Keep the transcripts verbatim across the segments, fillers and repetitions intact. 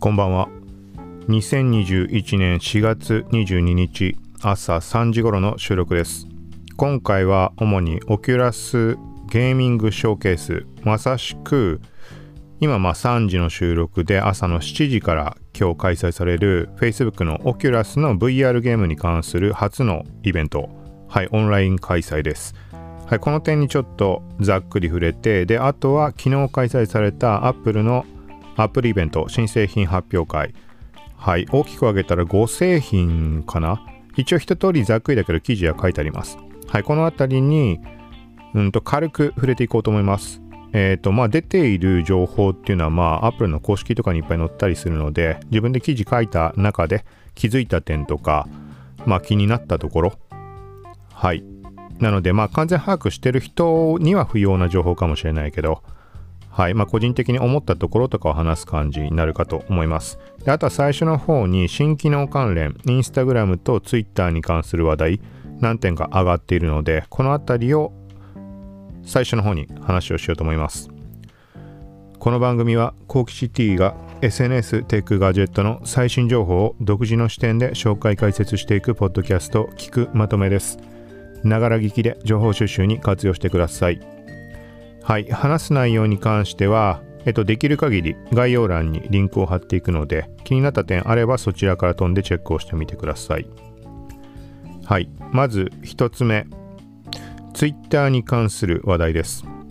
こんばんは。にせんにじゅういちねんしがつにじゅうににち朝さんじ頃の収録です。今回は主にオキュラスゲーミングショーケース、まさしく今まあさんじの収録で朝のしちじから今日開催される Facebook のオキュラスの ブイアール ゲームに関する初のイベント、はい、オンライン開催です。はい、この点にちょっとざっくり触れて、であとは昨日開催された Apple のアップルイベント新製品発表会、はい、大きく分けたらご製品かな。一応一通りざっくりだけど記事は書いてあります。はい、このあたりにうんと軽く触れていこうと思います。えっとまあ出ている情報っていうのはまあ Apple の公式とかにいっぱい載ったりするので、自分で記事書いた中で気づいた点とかまあ気になったところ、はいなのでまあ完全把握してる人には不要な情報かもしれないけど、はいまあ、個人的に思ったところとかを話す感じになるかと思います。であとは最初の方に新機能関連、インスタグラムとツイッターに関する話題何点か上がっているので、このあたりを最初の方に話をしようと思います。この番組はコウキシ T が エスエヌエス テックガジェットの最新情報を独自の視点で紹介解説していくポッドキャスト聞くまとめです。ながら聞きで情報収集に活用してください。はい、話す内容に関しては、えっと、できる限り概要欄にリンクを貼っていくので、気になった点あればそちらから飛んでチェックをしてみてください。はい、まず一つ目、Twitter に関する話題です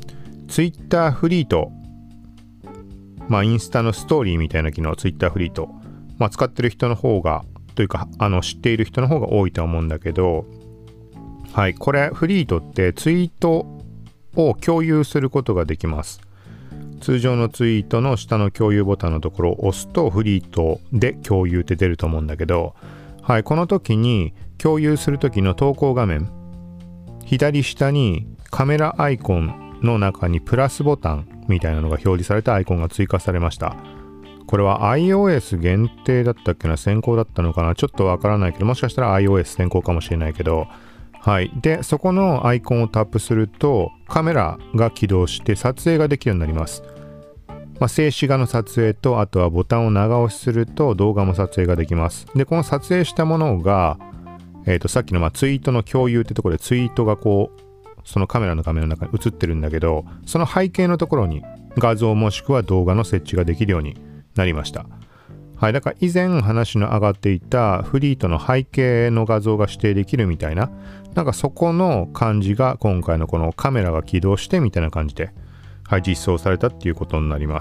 。Twitter フリート、まあインスタのストーリーみたいな機能、Twitter フリート、まあ使ってる人の方がというかあの知っている人の方が多いとは思うんだけど、はい、これフリートってツイートを共有することができます。通常のツイートの下の共有ボタンのところを押すとフリートで共有って出ると思うんだけど、はい、この時に共有する時の投稿画面左下にカメラアイコンの中にプラスボタンみたいなのが表示されたアイコンが追加されました。これは iOS 限定だったっけな、先行だったのかな、ちょっとわからないけど、もしかしたら iOS 先行かもしれないけど、はい、でそこのアイコンをタップするとカメラが起動して撮影ができるようになります。まあ、静止画の撮影と、あとはボタンを長押しすると動画も撮影ができます。でこの撮影したものが、えー、とさっきのまあツイートの共有ってところでツイートがこうそのカメラの画面の中に映ってるんだけど、その背景のところに画像もしくは動画の設置ができるようになりました。はい、だから以前話の上がっていたフリートの背景の画像が指定できるみたいな、なんかそこの感じが今回のこのカメラが起動してみたいな感じで、はい、実装されたっていうことになります。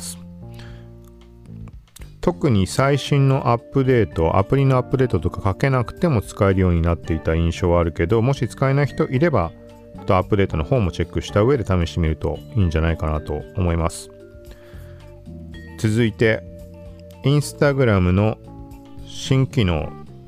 特に最新のアップデート、アプリのアップデートとかかけなくても使えるようになっていた印象はあるけど、もし使えない人いればアップデートの方もチェックした上で試してみるといいんじゃないかなと思います。続いてインスタグラムの新機能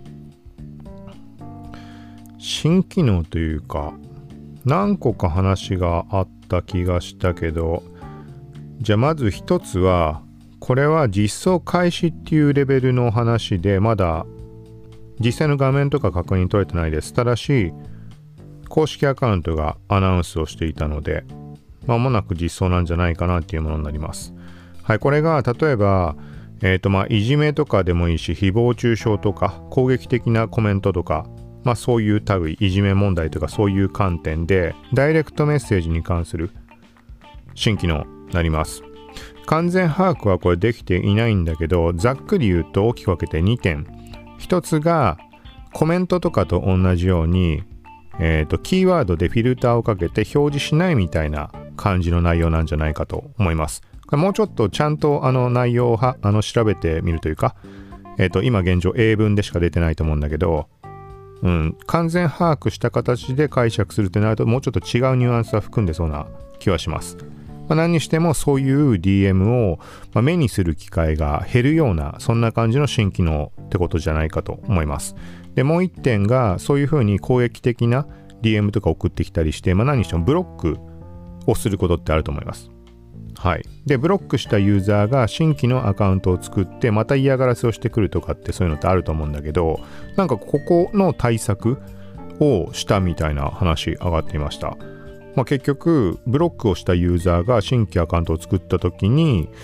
新機能というか何個か話があった気がしたけど、じゃあまず一つはこれは実装開始っていうレベルの話で、まだ実際の画面とか確認取れてないです。ただし公式アカウントがアナウンスをしていたので間もなく実装なんじゃないかなっていうものになります。はい、これが例えばえーとまあ、いじめとかでもいいし、誹謗中傷とか攻撃的なコメントとか、まあ、そういう類、いじめ問題とかそういう観点でダイレクトメッセージに関する新機能になります。完全把握はこれできていないんだけど、ざっくり言うと大きく分けてにてん。一つがコメントとかと同じように、えーとキーワードでフィルターをかけて表示しないみたいな感じの内容なんじゃないかと思います。もうちょっとちゃんとあの内容をはあの調べてみるというか、えっと今現状英文でしか出てないと思うんだけど、うん、完全把握した形で解釈するとなるともうちょっと違うニュアンスは含んでそうな気はします。まあ、何にしてもそういう ディーエム を、まあ、目にする機会が減るようなそんな感じの新機能ってことじゃないかと思います。でもう一点がそういうふうに攻撃的な ディーエム とか送ってきたりして、まあ、何にしてもブロックをすることってあると思います。はい、でブロックしたユーザーが新規のアカウントを作ってまた嫌がらせをしてくるとかってそういうのってあると思うんだけど、なんかここの対策をしたみたいな話上がっていました。まあ、結局ブロックをしたユーザーが新規アカウントを作った時に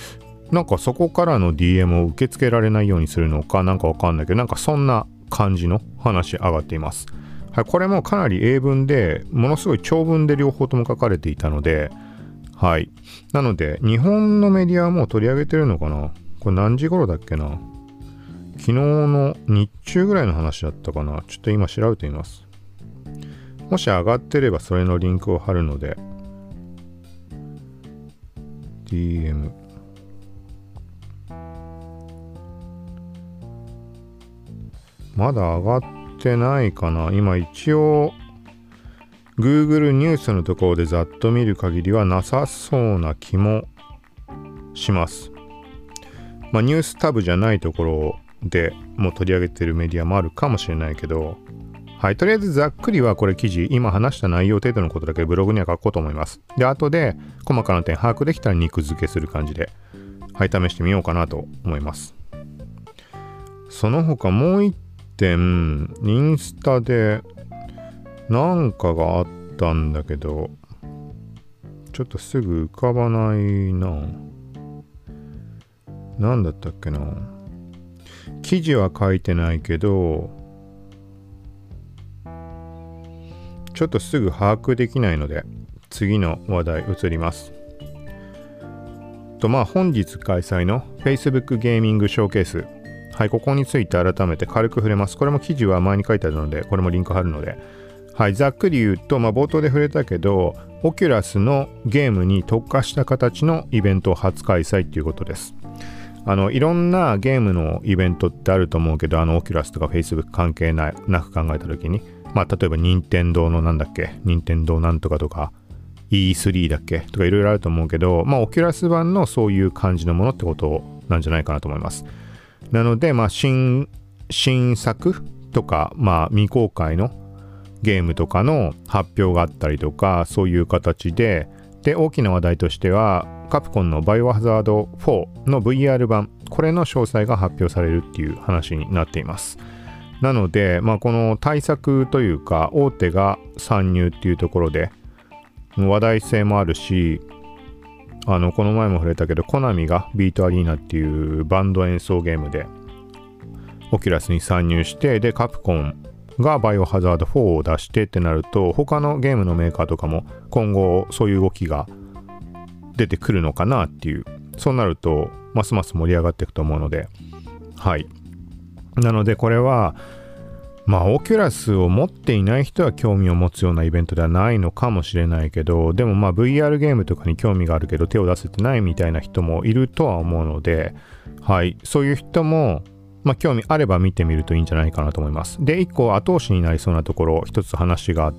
なんかそこからの ディーエム を受け付けられないようにするのかなんかわかんないけど、なんかそんな感じの話上がっています。はい、これもかなり英文でものすごい長文で両方とも書かれていたので、はい。なので日本のメディアはもう取り上げてるのかな。これ何時頃だっけな。昨日の日中ぐらいの話だったかな。ちょっと今調べてみます。もし上がってればそれのリンクを貼るので ディーエムまだ上がってないかな。今一応 Google ニュースのところでざっと見る限りはなさそうな気もします。まあニュースタブじゃないところでもう取り上げてるメディアもあるかもしれないけど、はい、とりあえずざっくりはこれ記事、今話した内容程度のことだけブログには書こうと思います。で、後で細かな点把握できたら肉付けする感じで、はい、試してみようかなと思います。その他もう一点、インスタでなんかがあったんだけど、ちょっとすぐ浮かばないな。なんだったっけな。記事は書いてないけど、ちょっとすぐ把握できないので次の話題移ります。とまあ本日開催の Facebook ゲーミングショーケース、はい、ここについて改めて軽く触れます。これも記事は前に書いてあるのでこれもリンク貼るので、はい、ざっくり言うと、まあ、冒頭で触れたけどオキュラスのゲームに特化した形のイベントを初開催ということです。あのいろんなゲームのイベントってあると思うけど、あのオキュラスとか Facebook 関係なく考えた時に、まあ例えば任天堂のなんだっけ、任天堂なんとかとか イースリー だっけとかいろいろあると思うけど、まあオキュラス版のそういう感じのものってことなんじゃないかなと思います。なのでまあ新新作とかまあ未公開のゲームとかの発表があったりとか、そういう形で、で大きな話題としてはカプコンのバイオハザードフォーの ブイアール 版、これの詳細が発表されるっていう話になっています。なので、まあ、この対策というか大手が参入っていうところで話題性もあるし、あのこの前も触れたけどコナミがビートアリーナっていうバンド演奏ゲームでオキュラスに参入して、でカプコンがバイオハザードフォーを出してってなると、他のゲームのメーカーとかも今後そういう動きが出てくるのかなっていう、そうなるとますます盛り上がっていくと思うので、はい。なのでこれはまあオキュラスを持っていない人は興味を持つようなイベントではないのかもしれないけど、でもまあ ブイアール ゲームとかに興味があるけど手を出せてないみたいな人もいるとは思うので、はい、そういう人もまあ興味あれば見てみるといいんじゃないかなと思います。で一個後押しになりそうなところ一つ話があって、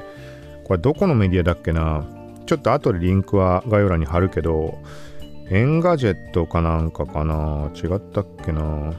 これどこのメディアだっけな、ちょっと後でリンクは概要欄に貼るけど、エンガジェットかなんかかな、違ったっけな。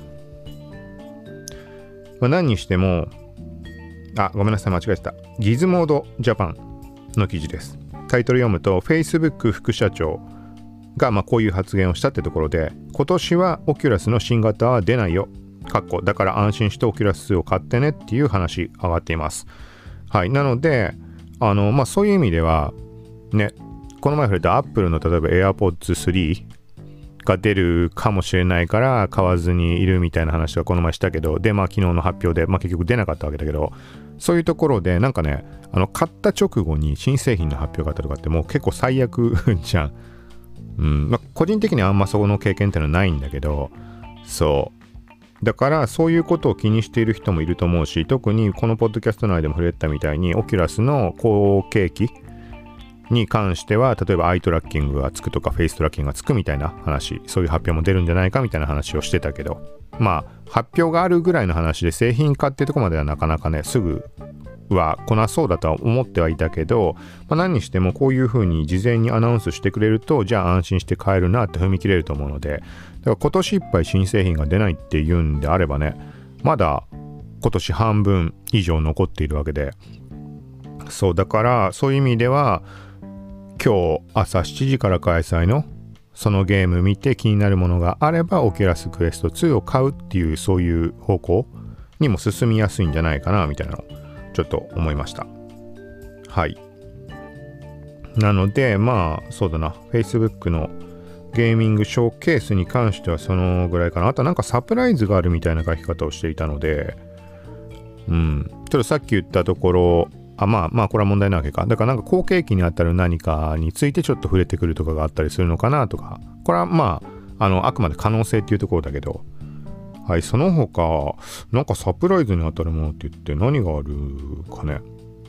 まあ、何にしても、あ、ごめんなさい、間違えてた。ギズモードジャパンの記事です。タイトル読むと、Facebook 副社長がまあこういう発言をしたってところで、今年はオキュラスの新型は出ないよ。かっこだから安心してオキュラスを買ってねっていう話上がっています。はい、なので、あのまあそういう意味ではね、この前触れた Apple の例えば AirPods スリーが出るかもしれないから買わずにいるみたいな話はこの前したけど、でまあ昨日の発表でまあ結局出なかったわけだけど、そういうところでなんかね、あの買った直後に新製品の発表があったとかってもう結構最悪じゃん。うんまあ、個人的にはあんまそこの経験っていうのはないんだけど、そうだからそういうことを気にしている人もいると思うし、特にこのポッドキャスト内でも触れたみたいにオキュラスの後継機に関しては例えばアイトラッキングがつくとかフェイストラッキングがつくみたいな話、そういう発表も出るんじゃないかみたいな話をしてたけど、まあ発表があるぐらいの話で製品化っていうところまではなかなかねすぐは来なそうだとは思ってはいたけど、まあ、何にしてもこういう風に事前にアナウンスしてくれると、じゃあ安心して買えるなって踏み切れると思うので、だから今年いっぱい新製品が出ないっていうんであればね、まだ今年半分以上残っているわけで、そうだからそういう意味では今日朝しちじから開催のそのゲーム見て気になるものがあればオキュラスクエストツーを買うっていう、そういう方向にも進みやすいんじゃないかなみたいなのをちょっと思いました。はい。なのでまあそうだな、 Facebook のゲーミングショーケースに関してはそのぐらいかな。あとなんかサプライズがあるみたいな書き方をしていたので、うん、ちょっとさっき言ったところ、あまあまあこれは問題なわけか。だからなんか後継機にあたる何かについてちょっと触れてくるとかがあったりするのかなとか、これはまああのあくまで可能性っていうところだけど、はい、その他なんかサプライズにあたるものって言って何があるかね。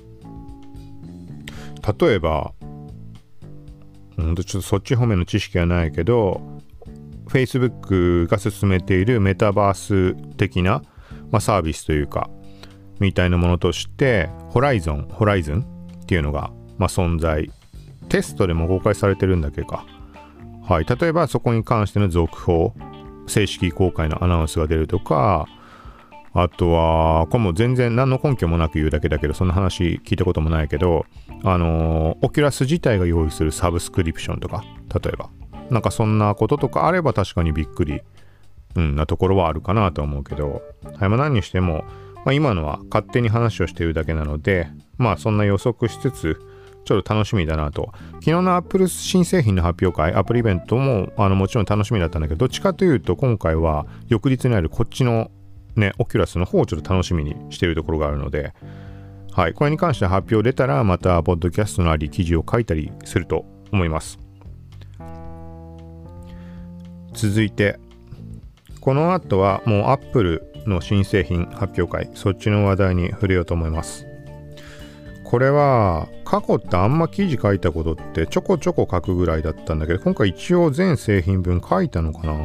例えば、うん、ちょっとそっち方面の知識はないけど、Facebook が進めているメタバース的な、まあ、サービスというかみたいなものとしてホライゾンホライズンっていうのが、まあ、存在、テストでも公開されてるんだっけか。はい、例えばそこに関しての続報、正式公開のアナウンスが出るとか、あとはこれも全然何の根拠もなく言うだけだけど、そんな話聞いたこともないけど、あのオキュラス自体が用意するサブスクリプションとか、例えばなんかそんなこととかあれば確かにびっくり、うん、なところはあるかなと思うけど、はい、まあ、何にしても、まあ、今のは勝手に話をしているだけなので、まあそんな予測しつつちょっと楽しみだなと。昨日の Apple 新製品の発表会、アプリイベントもあのもちろん楽しみだったんだけど、どっちかというと今回は翌日にあるこっちのね、オキュラスの方をちょっと楽しみにしているところがあるので、はい、これに関して発表出たらまたポッドキャストのあり記事を書いたりすると思います。続いてこの後はもう Apple の新製品発表会、そっちの話題に触れようと思います。これは過去ってあんま記事書いたことってちょこちょこ書くぐらいだったんだけど、今回一応全製品分書いたのかな。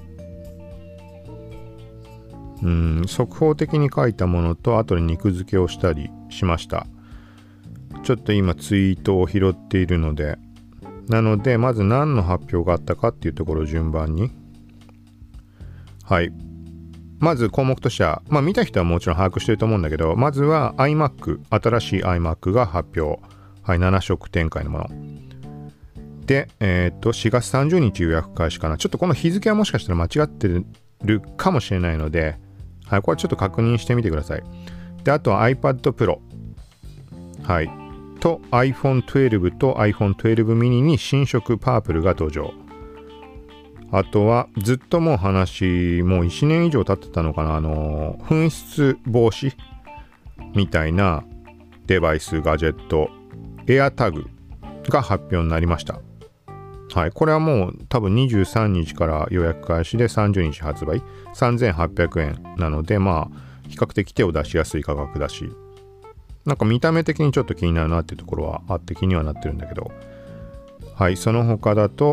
うん、速報的に書いたものと後で肉付けをしたりしました。ちょっと今ツイートを拾っているので、なのでまず何の発表があったかっていうところを順番に、はい、まず項目としては、まあ見た人はもちろん把握してると思うんだけど、まずは iMac、新しい iMac が発表、はい、なな色展開のもので、えっとしがつさんじゅうにち予約開始かな。ちょっとこの日付はもしかしたら間違ってるかもしれないので、はい、これちょっと確認してみてください。で、あとは iPad Pro、はい、と iPhone じゅうに と iPhone じゅうに mini に新色パープルが登場。あとはずっともう話、もういちねん以上経ってたのかな、あの紛失防止みたいなデバイス、ガジェット、AirTag が発表になりました。はい、これはもう多分にじゅうさんにちから予約開始でさんじゅうにち発売、さんぜんはっぴゃくえんなので、まあ比較的手を出しやすい価格だし、なんか見た目的にちょっと気になるなっていうところはあって気にはなってるんだけど、はい、その他だと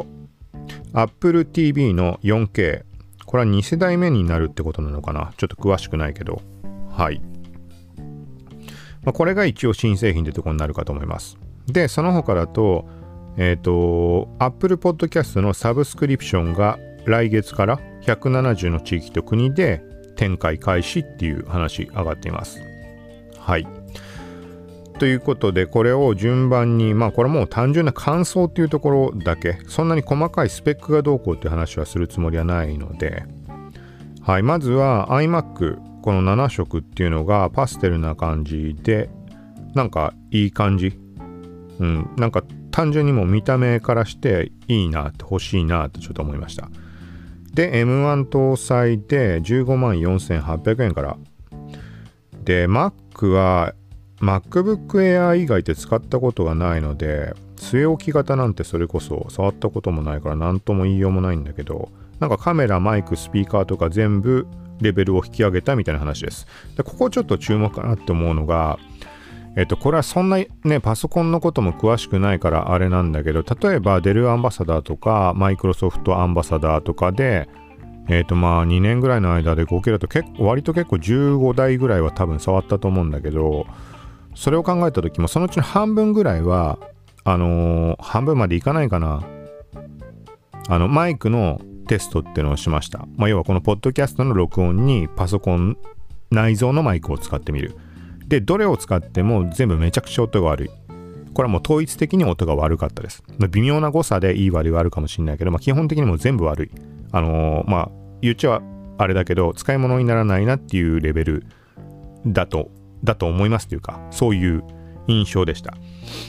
Apple ティーブイ の よんケー、 これはに世代目になるってことなのかな、ちょっと詳しくないけど、はい、まあ、これが一応新製品ってところになるかと思います。で、その他だとえっと、Apple Podcast のサブスクリプションが来月からひゃくななじゅうの地域と国で展開開始っていう話上がっています。はい。ということで、これを順番に、まあこれもう単純な感想っていうところだけ、そんなに細かいスペックがどうこうっていう話はするつもりはないので、はい、まずは iMac、このなな色っていうのがパステルな感じで、なんかいい感じ。うん、なんか単純にもう見た目からしていいなって、欲しいなってちょっと思いました。で エムワン 搭載でじゅうごまんよんせんはっぴゃくえんからで、 Mac は MacBook Air 以外で使ったことがないので、据え置き型なんてそれこそ触ったこともないから何とも言いようもないんだけど、なんかカメラ、マイク、スピーカーとか全部レベルを引き上げたみたいな話です。で、ここちょっと注目かなって思うのが、えっと、これはそんなね、パソコンのことも詳しくないからあれなんだけど、例えばデルアンバサダーとか、マイクロソフトアンバサダーとかで、えっとまあにねんぐらいの間で合計だと結構、割と結構じゅうごだいぐらいは多分触ったと思うんだけど、それを考えた時もそのうちの半分ぐらいは、あのー、半分までいかないかな。あの、マイクのテストっていうのをしました。まあ要はこのポッドキャストの録音にパソコン内蔵のマイクを使ってみる。で、どれを使っても全部めちゃくちゃ音が悪い。これはもう統一的に音が悪かったです。微妙な誤差でいい悪いはあるかもしれないけど、まあ、基本的にもう全部悪い。あのー、まあ言っちゃあれだけど、使い物にならないなっていうレベルだとだと思いますというか、そういう印象でした。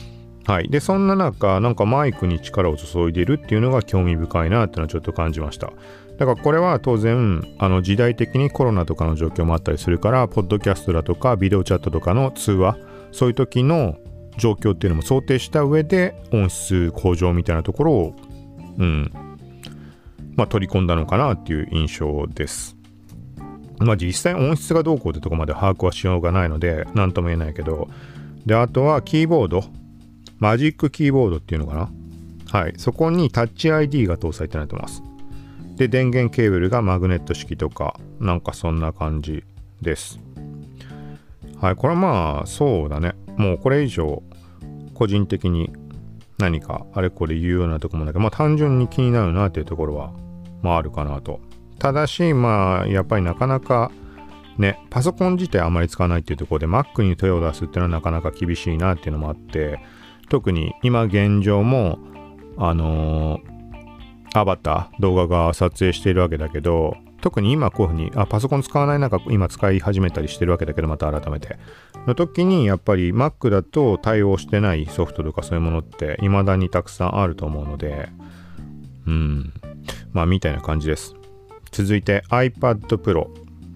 はい。で、そんな中、なんかマイクに力を注いでいるっていうのが興味深いなっていうのはちょっと感じました。だからこれは当然、あの時代的にコロナとかの状況もあったりするから、ポッドキャストだとかビデオチャットとかの通話、そういう時の状況っていうのも想定した上で音質向上みたいなところを、うん、まあ取り込んだのかなっていう印象です。まあ実際音質がどうこうってとこまで把握はしようがないので、なんとも言えないけど、で、あとはキーボード。マジックキーボードっていうのかな。はい。そこにタッチ アイディー が搭載ってなってます。で、電源ケーブルがマグネット式とか、なんかそんな感じです。はい。これはまあ、そうだね。もうこれ以上、個人的に何かあれこれ言うようなとこもないけど、まあ単純に気になるなっていうところは、まああるかなと。ただし、まあ、やっぱりなかなか、ね、パソコン自体あんまり使わないっていうところで Mac に手を出すっていうのはなかなか厳しいなっていうのもあって、特に今現状もあのー、アバター動画が撮影しているわけだけど、特に今こういうふうにあパソコン使わない中今使い始めたりしてるわけだけど、また改めての時にやっぱり Mac だと対応してないソフトとかそういうものって未だにたくさんあると思うので、うんまあみたいな感じです。続いて iPad Pro。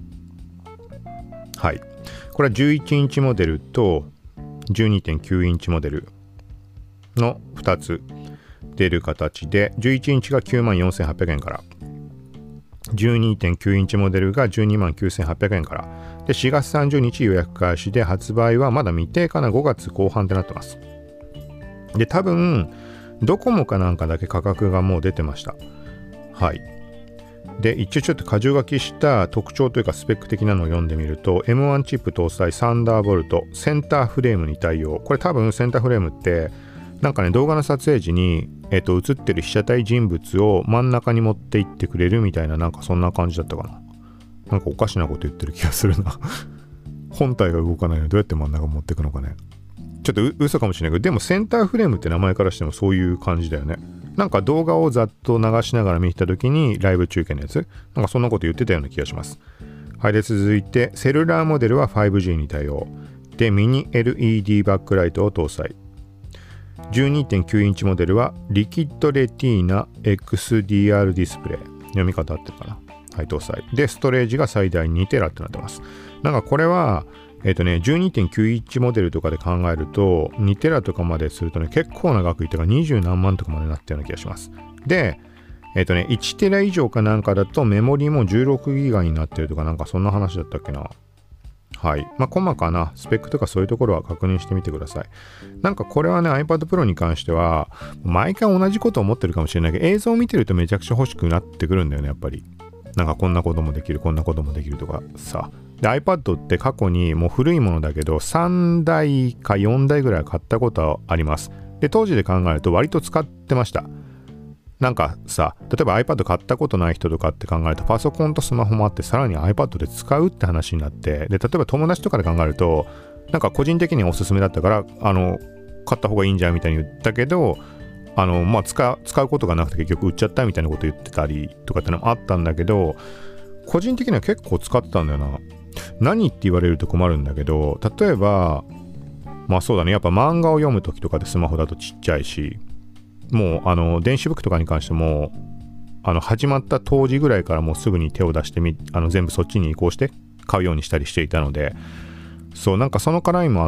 はい。これはじゅういちインチモデルと じゅうにてんきゅうインチモデルのふたつ出る形で、じゅういちインチが きゅうまんよんせんはっぴゃくえんから、じゅうにてんきゅうインチモデルが じゅうにまんきゅうせんはっぴゃくえんから、で、しがつさんじゅうにち予約開始で、発売はまだ未定かな、ごがつこう半ってなってます。で、多分、ドコモかなんかだけ価格がもう出てました。はい。で、一応ちょっと箇条書きした特徴というかスペック的なのを読んでみると、エムワン チップ搭載サンダーボルト、センターフレームに対応。これ多分センターフレームって、なんかね、動画の撮影時に、えっと、映ってる被写体人物を真ん中に持っていってくれるみたいな、なんかそんな感じだったかな。なんかおかしなこと言ってる気がするな。本体が動かないのにどうやって真ん中持っていくのかね。ちょっとう嘘かもしれないけど、でもセンターフレームって名前からしてもそういう感じだよね。なんか動画をざっと流しながら見たときにライブ中継のやつ、なんかそんなこと言ってたような気がします。はい。で、続いて、セルラーモデルは ファイブジー に対応。で、ミニ エルイーディー バックライトを搭載。じゅうにてんきゅうインチモデルはリキッドレティーナ エックスディーアール ディスプレイ。読み方合ってるかな。はい、搭載。で、ストレージが最大にテラってなってます。なんかこれは、えっとね、じゅうにてんきゅうインチモデルとかで考えると、にテラとかまでするとね、結構な額いってかにじゅう何万とかまでなったような気がします。で、えっとね、いちテラ以上かなんかだとメモリもじゅうろくギガになってるとかなんかそんな話だったっけな。はい。まあ、細かなスペックとかそういうところは確認してみてください。なんかこれはね、iPad Pro に関しては、毎回同じこと思ってるかもしれないけど、映像を見てるとめちゃくちゃ欲しくなってくるんだよね、やっぱり。なんかこんなこともできる、こんなこともできるとかさ。で、iPad って過去にもう古いものだけど、さんだいかよんだいぐらい買ったことはあります。で、当時で考えると割と使ってました。なんかさ、例えば iPad 買ったことない人とかって考えると、パソコンとスマホもあって、さらに iPad で使うって話になって、で、例えば友達とかで考えると、なんか個人的におすすめだったから、あの、買った方がいいんじゃんみたいに言ったけど、あの、まあ、使う、使うことがなくて結局売っちゃったみたいなこと言ってたりとかってのもあったんだけど、個人的には結構使ってたんだよな。何って言われると困るんだけど、例えば、まあそうだね、やっぱ漫画を読むときとかでスマホだとちっちゃいし、もうあの電子ブックとかに関してもあの始まった当時ぐらいからもうすぐに手を出してみあの全部そっちに移行して買うようにしたりしていたので、そうなんかその絡みもあって、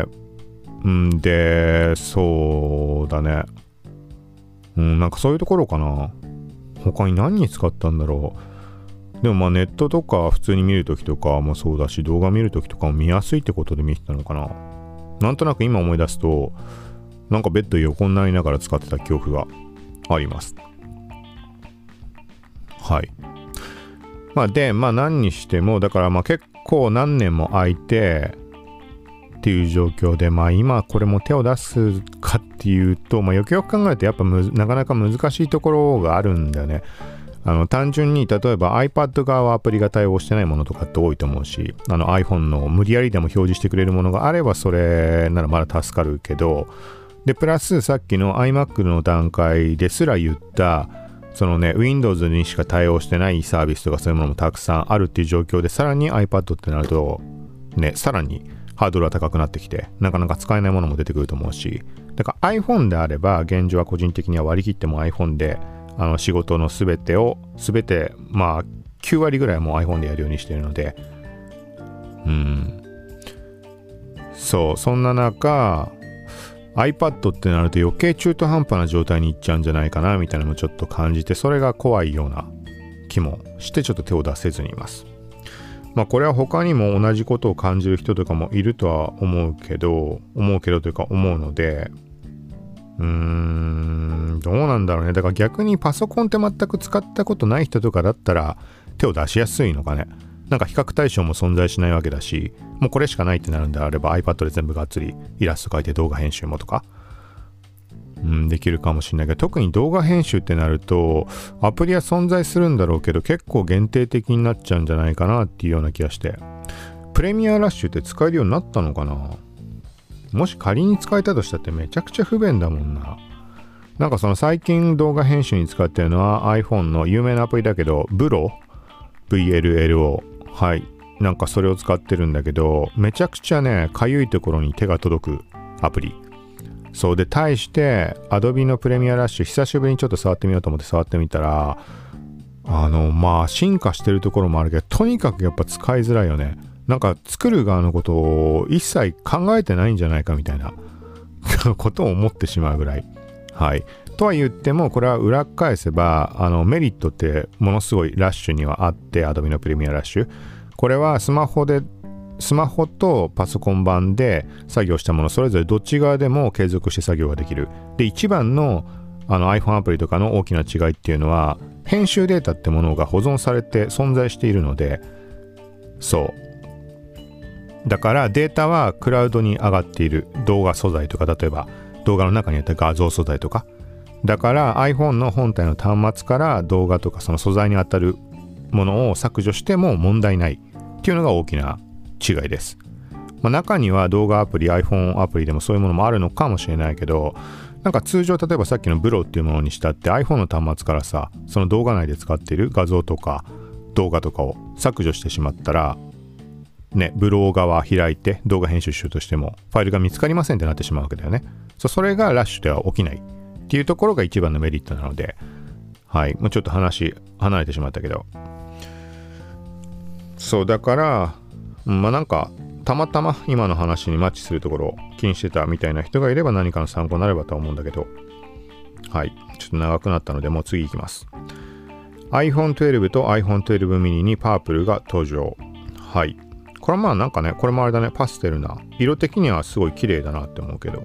んでそうだね、うんなんかそういうところかな。他に何に使ったんだろう。でもまあネットとか普通に見るときとかもそうだし、動画見るときとかも見やすいってことで見てたのかな。なんとなく今思い出すと、なんかベッド横になりながら使ってた記憶があります。はい。まあで、まあ何にしても、だからまあ結構何年も空いてっていう状況で、まあ今これも手を出すかっていうと、まあよくよく考えるとやっぱむなかなか難しいところがあるんだよね。あの単純に例えば iPad 側はアプリが対応してないものとかって多いと思うし、あの iPhone の無理やりでも表示してくれるものがあればそれならまだ助かるけど、でプラスさっきの iMac の段階ですら言ったそのね Windows にしか対応してないサービスとかそういうものもたくさんあるっていう状況で、さらに iPad ってなるとねさらにハードルは高くなってきて、なかなか使えないものも出てくると思うし、だから iPhone であれば現状は個人的には割り切っても iPhone であの仕事のすべてを全てまあきゅう割ぐらいはもう iPhone でやるようにしているので、うんそうそんな中 iPad ってなると余計中途半端な状態にいっちゃうんじゃないかなみたいなのもちょっと感じて、それが怖いような気もしてちょっと手を出せずにいます。まあこれは他にも同じことを感じる人とかもいるとは思うけど思うけどというか思うので、うーんどうなんだろうね。だから逆にパソコンって全く使ったことない人とかだったら手を出しやすいのかね。なんか比較対象も存在しないわけだし、もうこれしかないってなるんであれば iPad で全部がっつりイラスト描いて動画編集もとか、うん、できるかもしれないけど、特に動画編集ってなるとアプリは存在するんだろうけど結構限定的になっちゃうんじゃないかなっていうような気がして、プレミアラッシュって使えるようになったのかな。もし仮に使えたとしたってめちゃくちゃ不便だもんな。なんかその最近動画編集に使ってるのは iPhone の有名なアプリだけどブロ ブイエルエルオー、はい、なんかそれを使ってるんだけど、めちゃくちゃねかゆいところに手が届くアプリ。そうで、対して Adobe のプレミアラッシュ久しぶりにちょっと触ってみようと思って触ってみたら、あのまあ進化してるところもあるけど、とにかくやっぱ使いづらいよね。なんか作る側のことを一切考えてないんじゃないかみたいなことを思ってしまうぐらい。はい。とは言ってもこれは裏返せばあのメリットってものすごいラッシュにはあって、 Adobe のプレミアラッシュ、これはスマホでスマホとパソコン版で作業したものそれぞれどっち側でも継続して作業ができる。で一番のあの iPhone アプリとかの大きな違いっていうのは編集データってものが保存されて存在しているので、そうだからデータはクラウドに上がっている。動画素材とか、例えば動画の中にあった画像素材とか、だから iPhone の本体の端末から動画とかその素材に当たるものを削除しても問題ないっていうのが大きな違いです。まあ、中には動画アプリ iPhone アプリでもそういうものもあるのかもしれないけど、なんか通常例えばさっきのブロっていうものにしたって iPhone の端末からさ、その動画内で使っている画像とか動画とかを削除してしまったらね、ブロー側開いて動画編集しようとしてもファイルが見つかりませんってなってしまうわけだよね。そう、それがラッシュでは起きないっていうところが一番のメリットなので、はい、もうちょっと話離れてしまったけど、そうだからまあなんかたまたま今の話にマッチするところを気にしてたみたいな人がいれば何かの参考になればとは思うんだけど、はい、ちょっと長くなったのでもう次いきます。 アイフォントゥエルブ と アイフォントゥエルブ ミニにパープルが登場。はい、これはまあなんかね、これもあれだね、パステルな色的にはすごい綺麗だなって思うけど、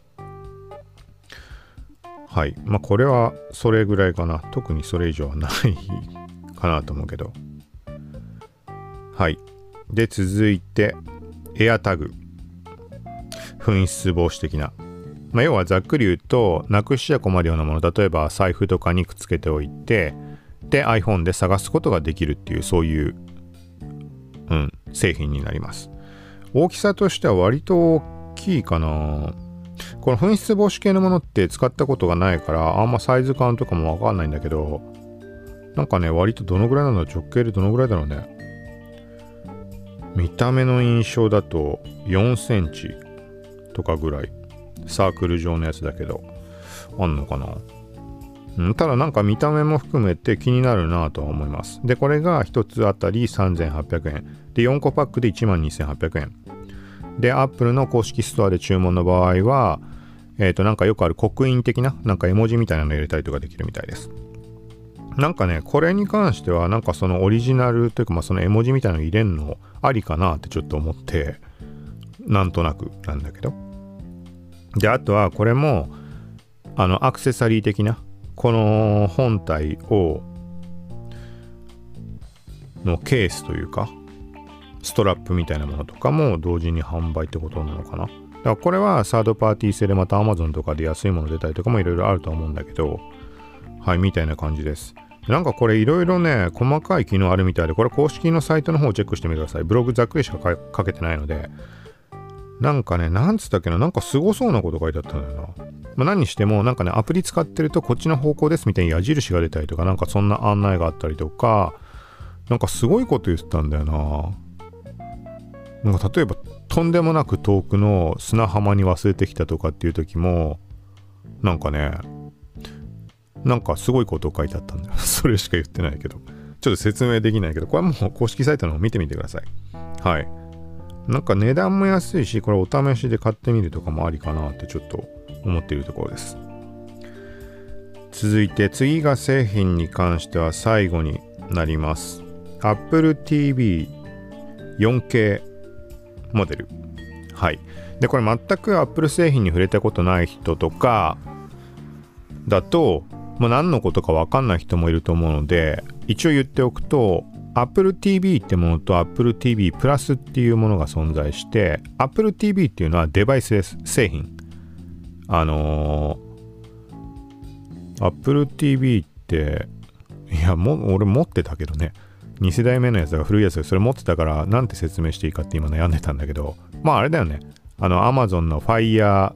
はい、まあこれはそれぐらいかな。特にそれ以上はないかなと思うけど、はい。で続いてエアタグ、紛失防止的な、まあ、要はざっくり言うとなくしちゃ困るようなもの、例えば財布とかにくっつけておいてで iPhone で探すことができるっていう、そういう、うん、製品になります。大きさとしては割と大きいかな。この紛失防止系のものって使ったことがないからあんまサイズ感とかもわかんないんだけど、なんかね割とどのぐらいなの、直径でどのぐらいだろうね。見た目の印象だとよんセンチとかぐらい、サークル状のやつだけどあんのかな、うん、ただなんか見た目も含めて気になるなとは思います。でこれがひとつあたりさんぜんはっぴゃくえんでよんこパックで いちまんにせんはっぴゃくえんで、Apple の公式ストアで注文の場合はえっとなんかよくある刻印的ななんか絵文字みたいなの入れたりとかできるみたいです。なんかねこれに関してはなんかそのオリジナルというか、まあその絵文字みたいなの入れるのありかなってちょっと思って、なんとなくなんだけど、であとはこれもあのアクセサリー的なこの本体をのケースというかストラップみたいなものとかも同時に販売ってことなのかな。だからこれはサードパーティー製でまた Amazon とかで安いもの出たりとかもいろいろあると思うんだけど、はいみたいな感じです。なんかこれいろいろね細かい機能あるみたいで、これ公式のサイトの方をチェックしてみてください。ブログざっくりしか書けてないので、なんかねなんつったっけな、なんかすごそうなこと書いてあったんだよな。まあ、何にしてもなんかねアプリ使ってるとこっちの方向ですみたいに矢印が出たりとか、なんかそんな案内があったりとか、なんかすごいこと言ってたんだよな。なんか例えばとんでもなく遠くの砂浜に忘れてきたとかっていう時もなんかねなんかすごいことを書いてあったんだよそれしか言ってないけどちょっと説明できないけどこれはもう公式サイトの方見てみてください。はい、なんか値段も安いしこれお試しで買ってみるとかもありかなってちょっと思っているところです。続いて次が製品に関しては最後になります。 Apple ティーブイよんケー モデル。はい。でこれ全く Apple 製品に触れたことない人とかだと、まあ、何のことか分かんない人もいると思うので一応言っておくと Apple ティーブイ ってものと Apple ティーブイ プラスっていうものが存在して Apple ティーブイ っていうのはデバイスです。製品。あのー、Apple ティーブイ っていやもう俺持ってたけどねに世代目のやつが古いやつでそれ持ってたからなんて説明していいかって今悩んでたんだけどまああれだよねあの Amazon の Fire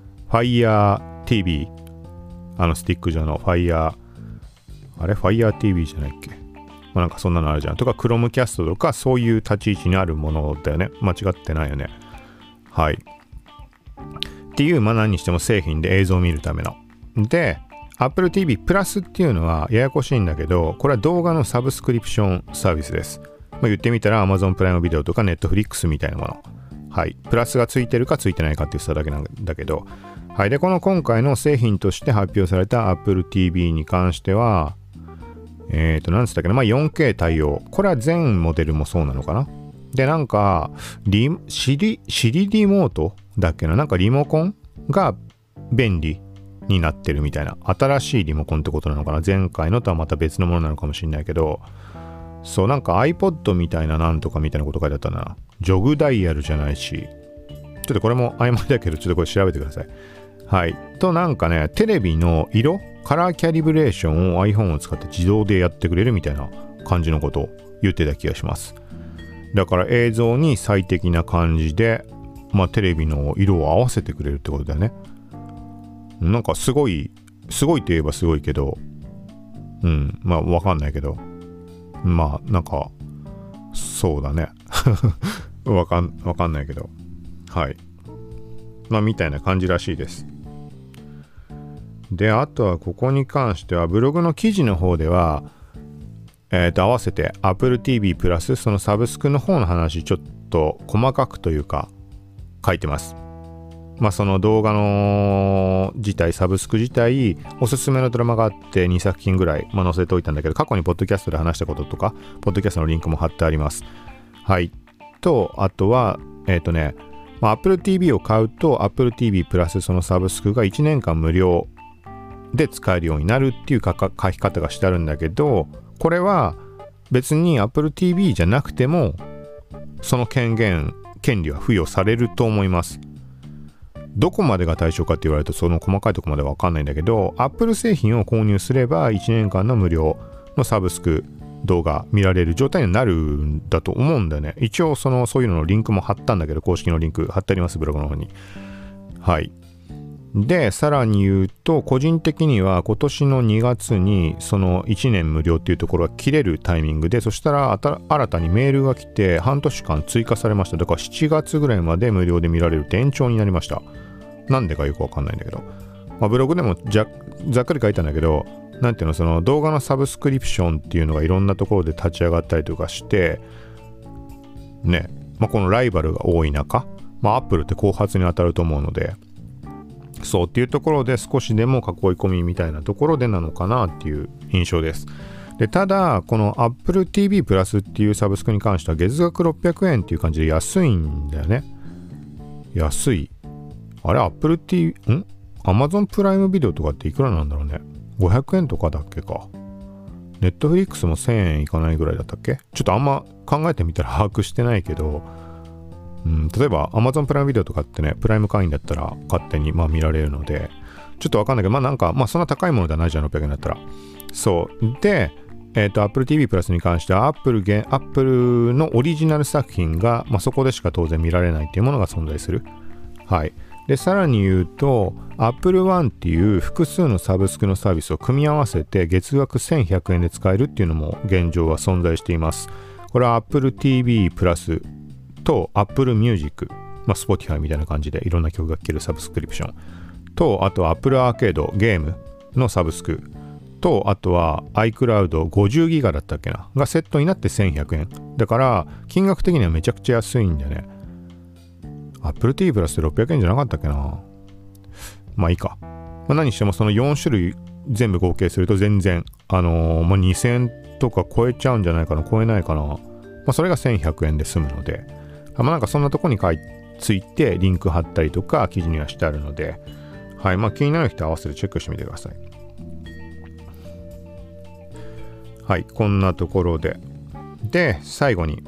Fire ティーブイ あのスティック上の Fire あれ Fire ティーブイ じゃないっけまあなんかそんなのあるじゃんとか Chromecast とかそういう立ち位置にあるものだよね。間違ってないよね。はいっていうまあ何にしても製品で映像を見るためのでApple ティーブイ プラスっていうのはややこしいんだけどこれは動画のサブスクリプションサービスです。まあ、言ってみたら Amazon プライムビデオとか Netflix みたいなもの。はい。プラスがついてるかついてないかって言ってただけなんだけどはい。でこの今回の製品として発表された Apple ティーブイ に関してはえっと何つったっけなまあ よんケー 対応。これは全モデルもそうなのかな。でなんかリシリシリリモートだっけななんかリモコンが便利になってるみたいな新しいリモコンってことなのかな。前回のとはまた別のものなのかもしれないけどそうなんか iPod みたいななんとかみたいなこと書いてあったな。ジョグダイヤルじゃないしちょっとこれも曖昧だけどちょっとこれ調べてください。はいとなんかねテレビの色カラーキャリブレーションを iPhone を使って自動でやってくれるみたいな感じのことを言ってた気がします。だから映像に最適な感じでまあテレビの色を合わせてくれるってことだよね。なんかすごいすごいといえばすごいけどうんまあわかんないけどまあなんかそうだねわかんわかんないけどはいまあみたいな感じらしいです。であとはここに関してはブログの記事の方ではえーと合わせて Apple ティーブイ プラスそのサブスクの方の話ちょっと細かくというか書いてます。まあその動画の自体サブスク自体おすすめのドラマがあってにさく品ぐらい、まあ、載せておいたんだけど過去にポッドキャストで話したこととかポッドキャストのリンクも貼ってあります。はいとあとはえっ、ー、とね、まあ、Apple ティーブイ を買うと Apple ティーブイ プラスそのサブスクがいちねんかん無料で使えるようになるっていう書き方がしてあるんだけどこれは別に Apple ティーブイ じゃなくてもその権限権利は付与されると思います。どこまでが対象かって言われるとその細かいところまでわかんないんだけど Apple 製品を購入すればいちねんかんの無料のサブスク動画見られる状態になるんだと思うんだよね。一応そのそういうののリンクも貼ったんだけど公式のリンク貼ってありますブログの方に。はいでさらに言うと個人的には今年のにがつにそのいちねん無料っていうところが切れるタイミングでそしたら新たにメールが来て半年間追加されました。だからしちがつぐらいまで無料で見られるって延長になりました。なんでかよくわかんないんだけど、まあ、ブログでもじゃざっくり書いたんだけどなんていうのその動画のサブスクリプションっていうのがいろんなところで立ち上がったりとかしてね、まあ、このライバルが多い中、まあ、Apple って後発に当たると思うのでそうっていうところで少しでも囲い込みみたいなところでなのかなっていう印象です。でただこの Apple ティーブイ プラスっていうサブスクに関しては月額ろっぴゃくえんっていう感じで安いんだよね。安いあれ Apple ティーブイ ん Amazon プライムビデオとかっていくらなんだろうね。ごひゃくえんとかだっけか。Netflix もせんえんいかないぐらいだったっけ。ちょっとあんま考えてみたら把握してないけどうん、例えば Amazon プライムビデオとかってねプライム会員だったら勝手にまあ見られるのでちょっとわかんないけどまあなんかまあそんな高いものではないじゃんろっぴゃくえんだったら。そうでえっ、ー、と Apple ティーブイ プラスに関しては Apple, Apple のオリジナル作品が、まあ、そこでしか当然見られないっていうものが存在する。はいでさらに言うと Apple One っていう複数のサブスクのサービスを組み合わせて月額せんひゃくえんで使えるっていうのも現状は存在しています。これは Apple ティーブイ プラスと Apple Music まあ、Spotify みたいな感じでいろんな曲が聴けるサブスクリプションと、あとは Apple アーケードゲームのサブスクと、あとは iCloudごじゅうギガだったっけながセットになってせんひゃくえんだから、金額的にはめちゃくちゃ安いんだよね。 Apple ティー プラスでろっぴゃくえんじゃなかったっけな。まあいいか。まあ、何してもそのよん種類全部合計すると全然あのー、まあ、にせんえんとか超えちゃうんじゃないかな、超えないかな。まあ、それがせんひゃくえんで済むので、あ、まあ、なんかそんなとこに書いついてリンク貼ったりとか記事にはしてあるので、はい、まあ気になる人は合わせてチェックしてみてください。はい、こんなところで。で、最後に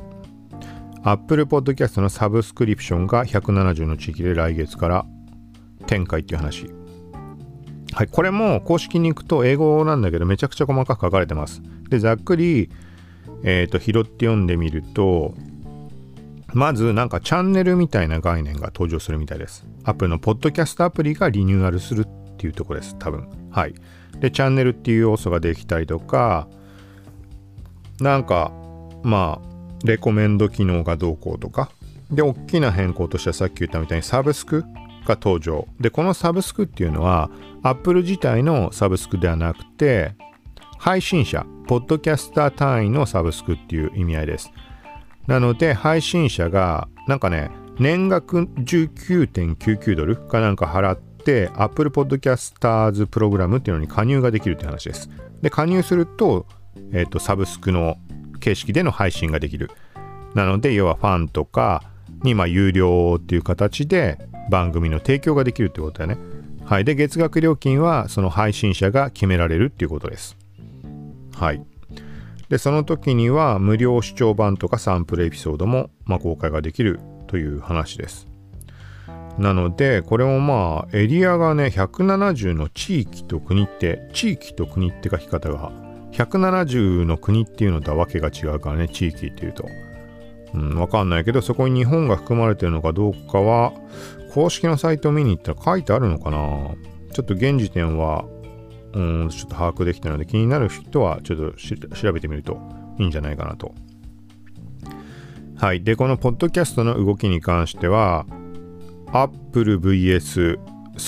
Apple Podcast のサブスクリプションがひゃくななじゅうの地域で来月から展開っていう話。はい、これも公式に行くと英語なんだけどめちゃくちゃ細かく書かれてます。で、ざっくり、えーと、拾って読んでみると、まずなんかチャンネルみたいな概念が登場するみたいです。Apple のポッドキャストアプリがリニューアルするっていうところです、多分。はい。で、チャンネルっていう要素ができたりとか、なんか、まあ、レコメンド機能がどうこうとか。で、大きな変更としてはさっき言ったみたいにサブスクが登場。で、このサブスクっていうのは、Apple 自体のサブスクではなくて、配信者、ポッドキャスター単位のサブスクっていう意味合いです。なので、配信者が、なんかね、年額 じゅうきゅうてんきゅうきゅうドルかなんか払って、Apple Podcasters プログラムっていうのに加入ができるっていう話です。で、加入すると、えっと、サブスクの形式での配信ができる。なので、要はファンとかに、まあ、有料っていう形で番組の提供ができるってことだよね。はい。で、月額料金はその配信者が決められるっていうことです。はい。で、その時には無料視聴版とかサンプルエピソードも、まあ、公開ができるという話です。なので、これもまあ、エリアがね、ひゃくななじゅうの地域と国って、地域と国って書き方が、ひゃくななじゅうの国っていうのとはわけが違うからね、地域っていうと。うん、わかんないけど、そこに日本が含まれてるのかどうかは、公式のサイトを見に行ったら書いてあるのかな。ちょっと現時点は、うん、ちょっと把握できたので、気になる人はちょっと調べてみるといいんじゃないかなと。はい。で、このポッドキャストの動きに関しては、Apple ブイエス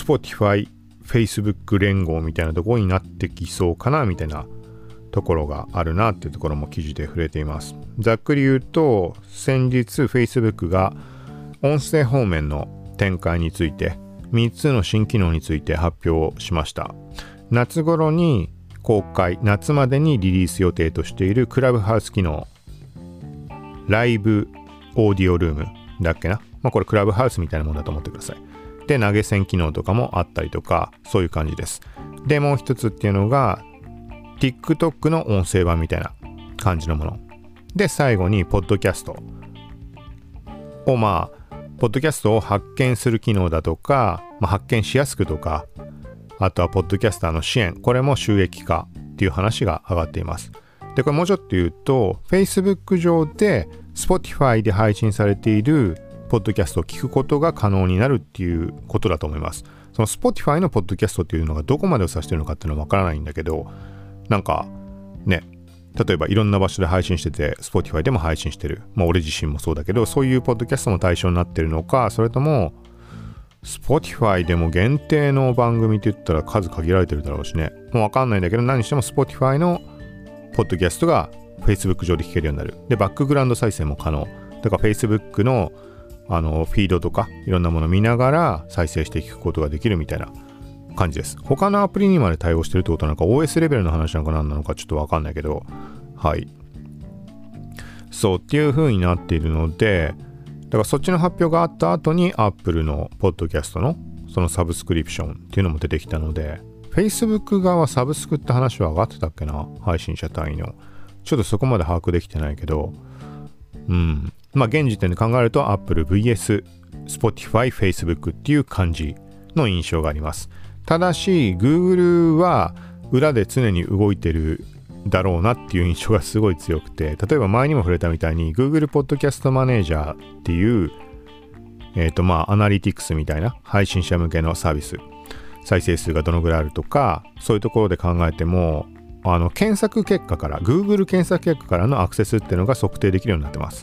Spotify、Facebook 連合みたいなところになってきそうかなみたいなところがあるなっていうところも記事で触れています。ざっくり言うと、先日 Facebook が音声方面の展開についてみっつの新機能について発表しました。夏頃に公開、夏までにリリース予定としているクラブハウス機能、ライブオーディオルームだっけな。まあこれクラブハウスみたいなものだと思ってください。で、投げ銭機能とかもあったりとか、そういう感じです。で、もう一つっていうのが、TikTok の音声版みたいな感じのもの。で、最後に、ポッドキャストを、まあ、ポッドキャストを発見する機能だとか、まあ、発見しやすくとか、あとは、ポッドキャスターの支援、これも収益化っていう話が上がっています。で、これもうちょっと言うと、Facebook 上で、Spotify で配信されている、ポッドキャストを聞くことが可能になるっていうことだと思います。その Spotify のポッドキャストっていうのがどこまでを指してるのかっていうのはわからないんだけど、なんかね、例えばいろんな場所で配信してて Spotify でも配信してる、まあ俺自身もそうだけど、そういうポッドキャストの対象になってるのか、それとも Spotify でも限定の番組って言ったら数限られてるだろうしね、もうわかんないんだけど、何しても Spotify のポッドキャストが Facebook 上で聞けるようになる。で、バックグラウンド再生も可能だから Facebook のあのフィードとかいろんなものを見ながら再生して聞くことができるみたいな感じです。他のアプリにまで対応してるってことなのか オーエス レベルの話なのか何なのかちょっとわかんないけど、はい。そうっていう風になっているので、だからそっちの発表があった後に Apple のポッドキャストのそのサブスクリプションっていうのも出てきたので、Facebook 側はサブスクって話は上がってたっけな、配信者単位の。ちょっとそこまで把握できてないけど、うん。まあ現時点で考えると Apple ブイエス Spotify、Facebook っていう感じの印象があります。ただし Google は裏で常に動いてるだろうなっていう印象がすごい強くて、例えば前にも触れたみたいに Google Podcast Manager っていうえっとまあアナリティクスみたいな配信者向けのサービス、再生数がどのぐらいあるとか、そういうところで考えても、あの検索結果から Google 検索結果からのアクセスっていうのが測定できるようになってます。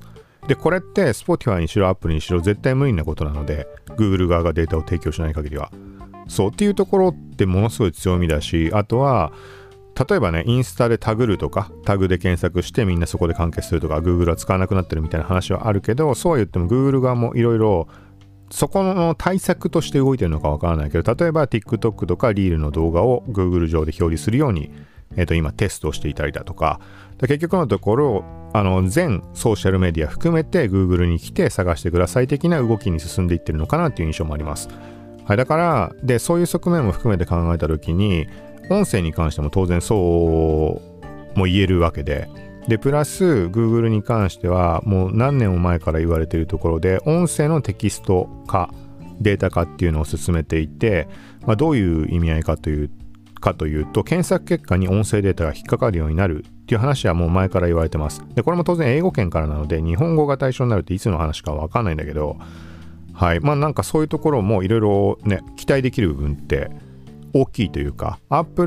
でこれって Spotify にしろ Apple にしろ絶対無理なことなので、 Google 側がデータを提供しない限りは。そうっていうところってものすごい強みだし、あとは例えばね、インスタでタグるとか、タグで検索してみんなそこで完結するとか、 Google は使わなくなってるみたいな話はあるけど、そうは言っても Google 側もいろいろそこの対策として動いてるのかわからないけど、例えば TikTok とかリールの動画を Google 上で表示するように、えー、と今テストをしていたりだとか、結局のところあの全ソーシャルメディア含めて Google に来て探してください的な動きに進んでいってるのかなっていう印象もあります。はい、だからでそういう側面も含めて考えたときに、音声に関しても当然そうも言えるわけで、でプラス Google に関してはもう何年も前から言われているところで、音声のテキスト化、データ化っていうのを進めていて、まあ、どういう意味合いかというかというと、検索結果に音声データが引っかかるようになるっていう話はもう前から言われてます。でこれも当然英語圏からなので、日本語が対象になるっていつの話かわかんないんだけど、はい、まあなんかそういうところもいろいろね期待できる部分って大きいというか、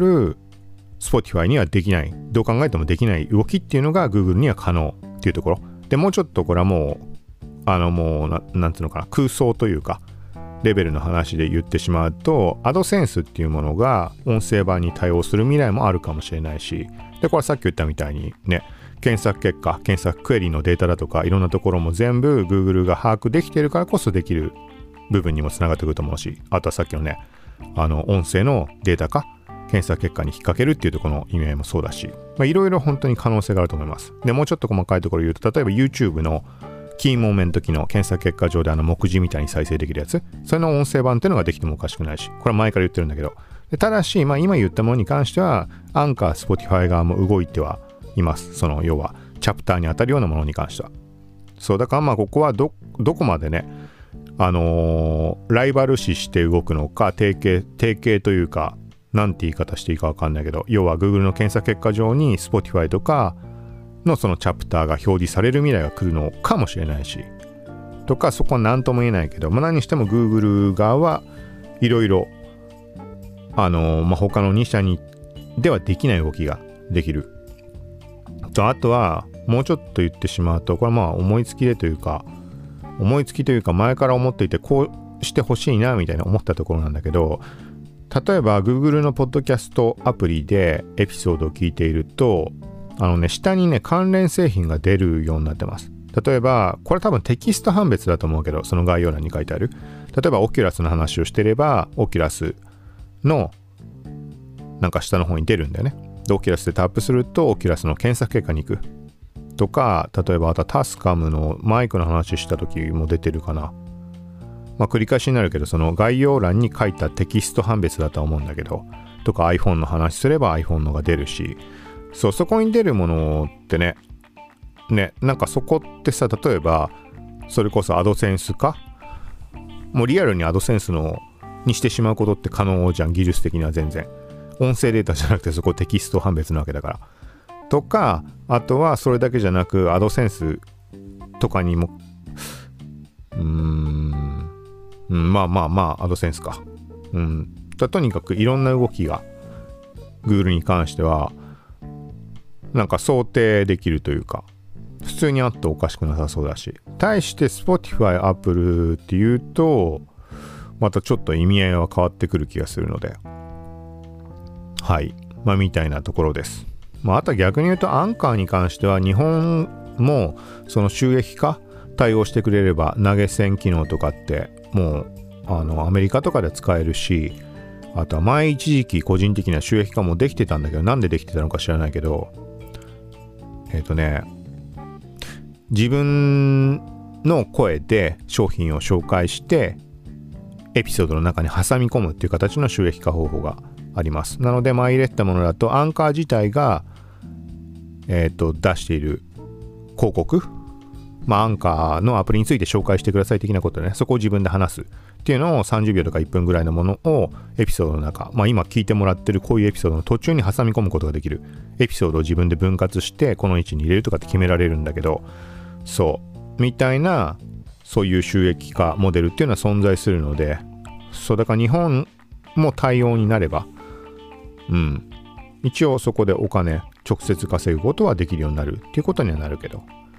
Apple、Spotify にはできない、どう考えてもできない動きっていうのが Google には可能っていうところで、もうちょっとこれはもうあのもう な, なんていうのかな、空想というかレベルの話で言ってしまうと、AdSenseっていうものが音声版に対応する未来もあるかもしれないし、でこれはさっき言ったみたいにね、検索結果、検索クエリのデータだとかいろんなところも全部 Google が把握できているからこそできる部分にもつながってくると思うし、あとはさっきのね、あの音声のデータ化、検索結果に引っ掛けるっていうところの意味合いもそうだし、いろいろ本当に可能性があると思います。でもうちょっと細かいところを言うと、例えば YouTube のキーモメント機能、検索結果上であの目次みたいに再生できるやつ、それの音声版っていうのができてもおかしくないし、これは前から言ってるんだけど、でただし、まあ、今言ったものに関してはアンカー、Spotify 側も動いてはいます。その要はチャプターに当たるようなものに関しては。そうだからまあここは ど, どこまでね、あのー、ライバル視して動くのか、提携提携というか、なんて言い方していいか分かんないけど、要は Google の検索結果上に Spotify とかのそのチャプターが表示される未来が来るのかもしれないし、とかそこは何とも言えないけど、まあ、何にしても Google 側はいろいろあのー、まあ、他のに社にではできない動きができると、あとはもうちょっと言ってしまうと、これはまあ思いつきでというか思いつきというか前から思っていて、こうしてほしいなみたいな思ったところなんだけど、例えば Google のポッドキャストアプリでエピソードを聞いていると、あのね、下にね関連製品が出るようになってます。例えばこれ多分テキスト判別だと思うけど、その概要欄に書いてある、例えばオキュラスの話をしてればオキュラスのなんか下の方に出るんだよね。でオキュラスでタップするとオキュラスの検索結果に行くとか、例えばあとはタスカムのマイクの話した時も出てるかな。まあ繰り返しになるけど、その概要欄に書いたテキスト判別だと思うんだけど、とか iPhone の話すれば iPhone のが出るし、そう、そこに出るものってねね、なんかそこってさ、例えばそれこそアドセンスか、もうリアルにアドセンスのにしてしまうことって可能じゃん、技術的には。全然音声データじゃなくてそこテキスト判別なわけだからとか、あとはそれだけじゃなくアドセンスとかにもうーん、うん、まあまあまあアドセンスか、うん、とにかくいろんな動きが Google に関してはなんか想定できるというか、普通にあっておかしくなさそうだし、対して Spotify、Apple っていうとまたちょっと意味合いは変わってくる気がするので、はい、まあみたいなところです。まああとは逆に言うとアンカーに関しては日本もその収益化対応してくれれば、投げ銭機能とかってもうあのアメリカとかで使えるし、あとは前一時期個人的な収益化もできてたんだけど、なんでできてたのか知らないけど、えっとね自分の声で商品を紹介してエピソードの中に挟み込むっていう形の収益化方法があります。なので前入れたものだとアンカー自体が、えー、と出している広告、まあアンカーのアプリについて紹介してください的なことでね、そこを自分で話すっていうのをさんじゅうびょうとかいっぷんぐらいのものをエピソードの中、まあ今聞いてもらってるこういうエピソードの途中に挟み込むことができる。エピソードを自分で分割してこの位置に入れるとかって決められるんだけど、そうみたいなそういう収益化モデルっていうのは存在するので、そうだから日本も対応になれば、うん、一応そこでお金直接稼ぐことはできるようになるっていうことにはなるけど、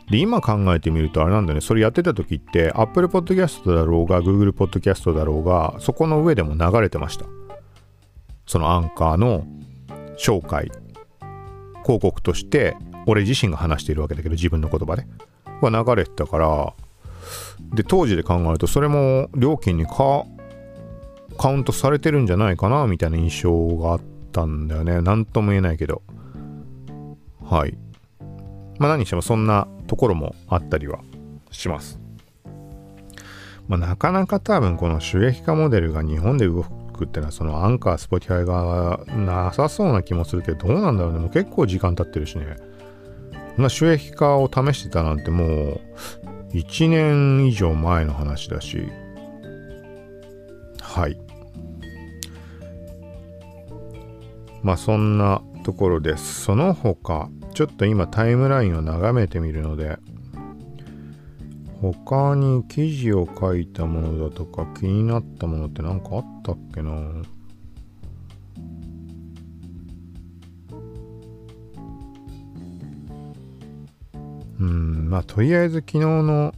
で今考えてみるとあれなんだよね、それやってた時って Apple Podcast だろうが Google Podcast だろうがそこの上でも流れてました。そのアンカーの紹介広告として俺自身が話しているわけだけど、自分の言葉では流れてたから、で当時で考えるとそれも料金にかカウントされてるんじゃないかなみたいな印象があったんだよね。なんとも言えないけど、はい。まあ何にしてもそんなところもあったりはします。まあなかなか多分この収益化モデルが日本で動くってのはそのアンカー、スポティファイがなさそうな気もするけど、どうなんだろうね。もう結構時間経ってるしね。こんな収益化を試してたなんてもういちねん以上前の話だし、はい。まあそんなところです。その他ちょっと今タイムラインを眺めてみるので、他に記事を書いたものだとか気になったものって何かあったっけな。うんまあとりあえず昨日の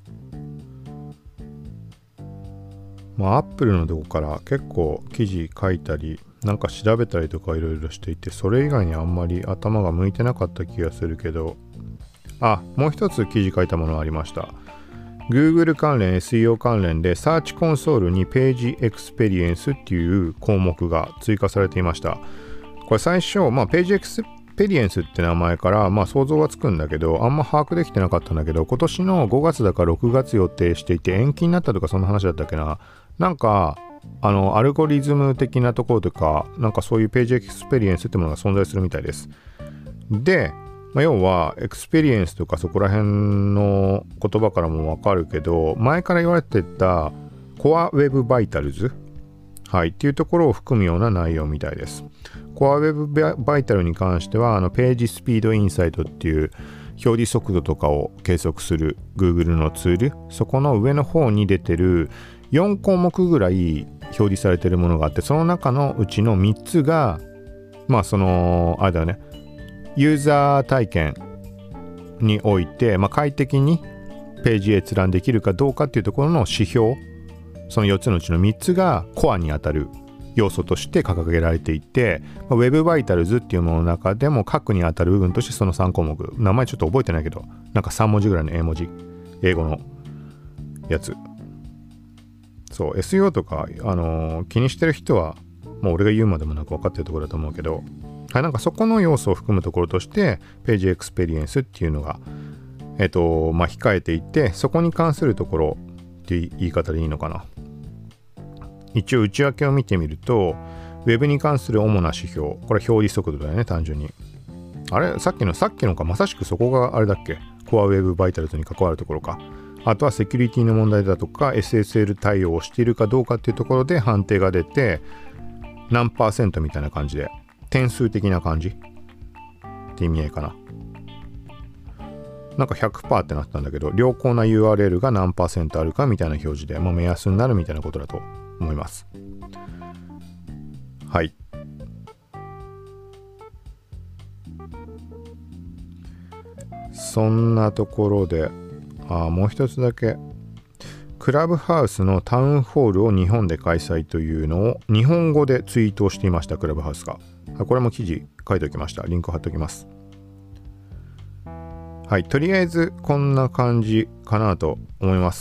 まあアップルのとこから結構記事書いたりなんか調べたりとかいろいろしていて、それ以外にあんまり頭が向いてなかった気がするけど、あ、もう一つ記事書いたものがありました。 Google 関連 エスイーオー 関連でサーチコンソールにページエクスペリエンスっていう項目が追加されていました。これ最初、まあ、ページエクスペリエンスって名前からまあ想像はつくんだけど、あんま把握できてなかったんだけど、今年のごがつだかろくがつ予定していて延期になったとかそんな話だったっけな。なんかあのアルゴリズム的なところとかなんかそういうページエクスペリエンスってものが存在するみたいです。で、まあ、要はエクスペリエンスとかそこら辺の言葉からもわかるけど、前から言われてたコアウェブバイタルズ、はい、っていうところを含むような内容みたいです。コアウェブバイタルに関してはあのページスピードインサイトっていう表示速度とかを計測する Google のツール、そこの上の方に出てるよんこうもくぐらい表示されてるものがあって、その中のうちのみっつがまあそのあれだよね、ユーザー体験において、まあ、快適にページ閲覧できるかどうかっていうところの指標、そのよっつのうちのみっつがコアにあたる要素として掲げられていて、まあ、ウェブバイタルズっていうものの中でも核にあたる部分としてそのさんこうもく、名前ちょっと覚えてないけどなんかさんもじぐらいの英文字、英語のやつ、そう エスイーオー とか、あのー、気にしてる人はもう俺が言うまでもなく分かってるところだと思うけど、はい、なんかそこの要素を含むところとしてページエクスペリエンスっていうのがえっとまあ控えていて、そこに関するところっていう言い方でいいのかな。一応内訳を見てみると、ウェブに関する主な指標、これ表示速度だよね、単純に。あれさっきのさっきのか、まさしくそこがあれだっけ、コアウェブバイタルズに関わるところか。あとはセキュリティの問題だとか エスエスエル 対応をしているかどうかっていうところで判定が出て、何パーセントみたいな感じで点数的な感じって意味合いかな。なんか ひゃくパーセント ってなってたんだけど、良好な ユーアールエル が何パーセントあるかみたいな表示で、まあ、目安になるみたいなことだと思います。はい。そんなところで、あ、もう一つだけ、クラブハウスのタウンホールを日本で開催というのを日本語でツイートをしていました。クラブハウスが、これも記事書いておきました。リンク貼っておきます。はい、とりあえずこんな感じかなと思います。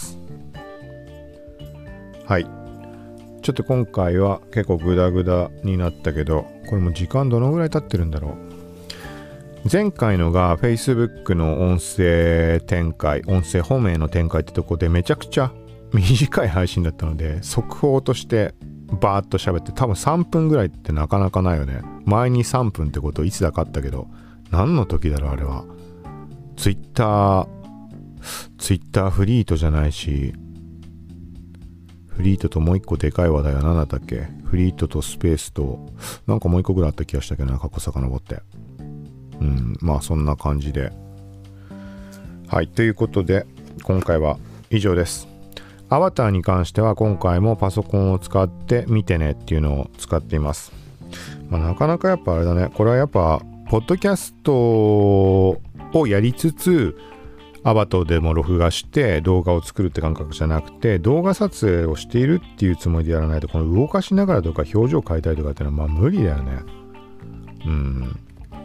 はい、ちょっと今回は結構グダグダになったけど、これも時間どのぐらい経ってるんだろう。前回のが Facebook の音声展開、音声本命の展開ってとこでめちゃくちゃ短い配信だったので、速報としてバーッと喋って、多分さんぷんぐらいってなかなかないよね。前にさんぷんってこといつだかあったけど、何の時だろうあれは。ツイッター、ツイッターフリートじゃないし、フリートともう一個でかい話題は何だったっけ？フリートとスペースと、なんかもう一個ぐらいあった気がしたけどな、過去遡って。うん、まあそんな感じで。はい、ということで、今回は以上です。アバターに関しては今回もパソコンを使って見てねっていうのを使っています。まあ、なかなかやっぱあれだね、これはやっぱ、ポッドキャストをやりつつ、 アバトでも録画して動画を作るって感覚じゃなくて、動画撮影をしているっていうつもりでやらないと、この動かしながらとか表情変えたりとかっていうのはまあ無理だよね。うん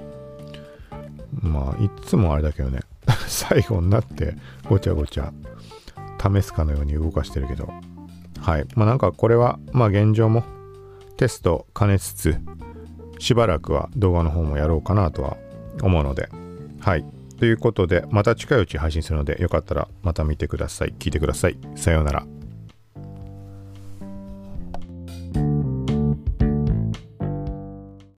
まあいつもあれだけどね最後になってごちゃごちゃ試すかのように動かしてるけど、はいまあなんかこれはまあ現状もテスト兼ねつつしばらくは動画の方もやろうかなとは思うので、はいということでまた近いうち配信するので、よかったらまた見てください、聞いてください。さようなら。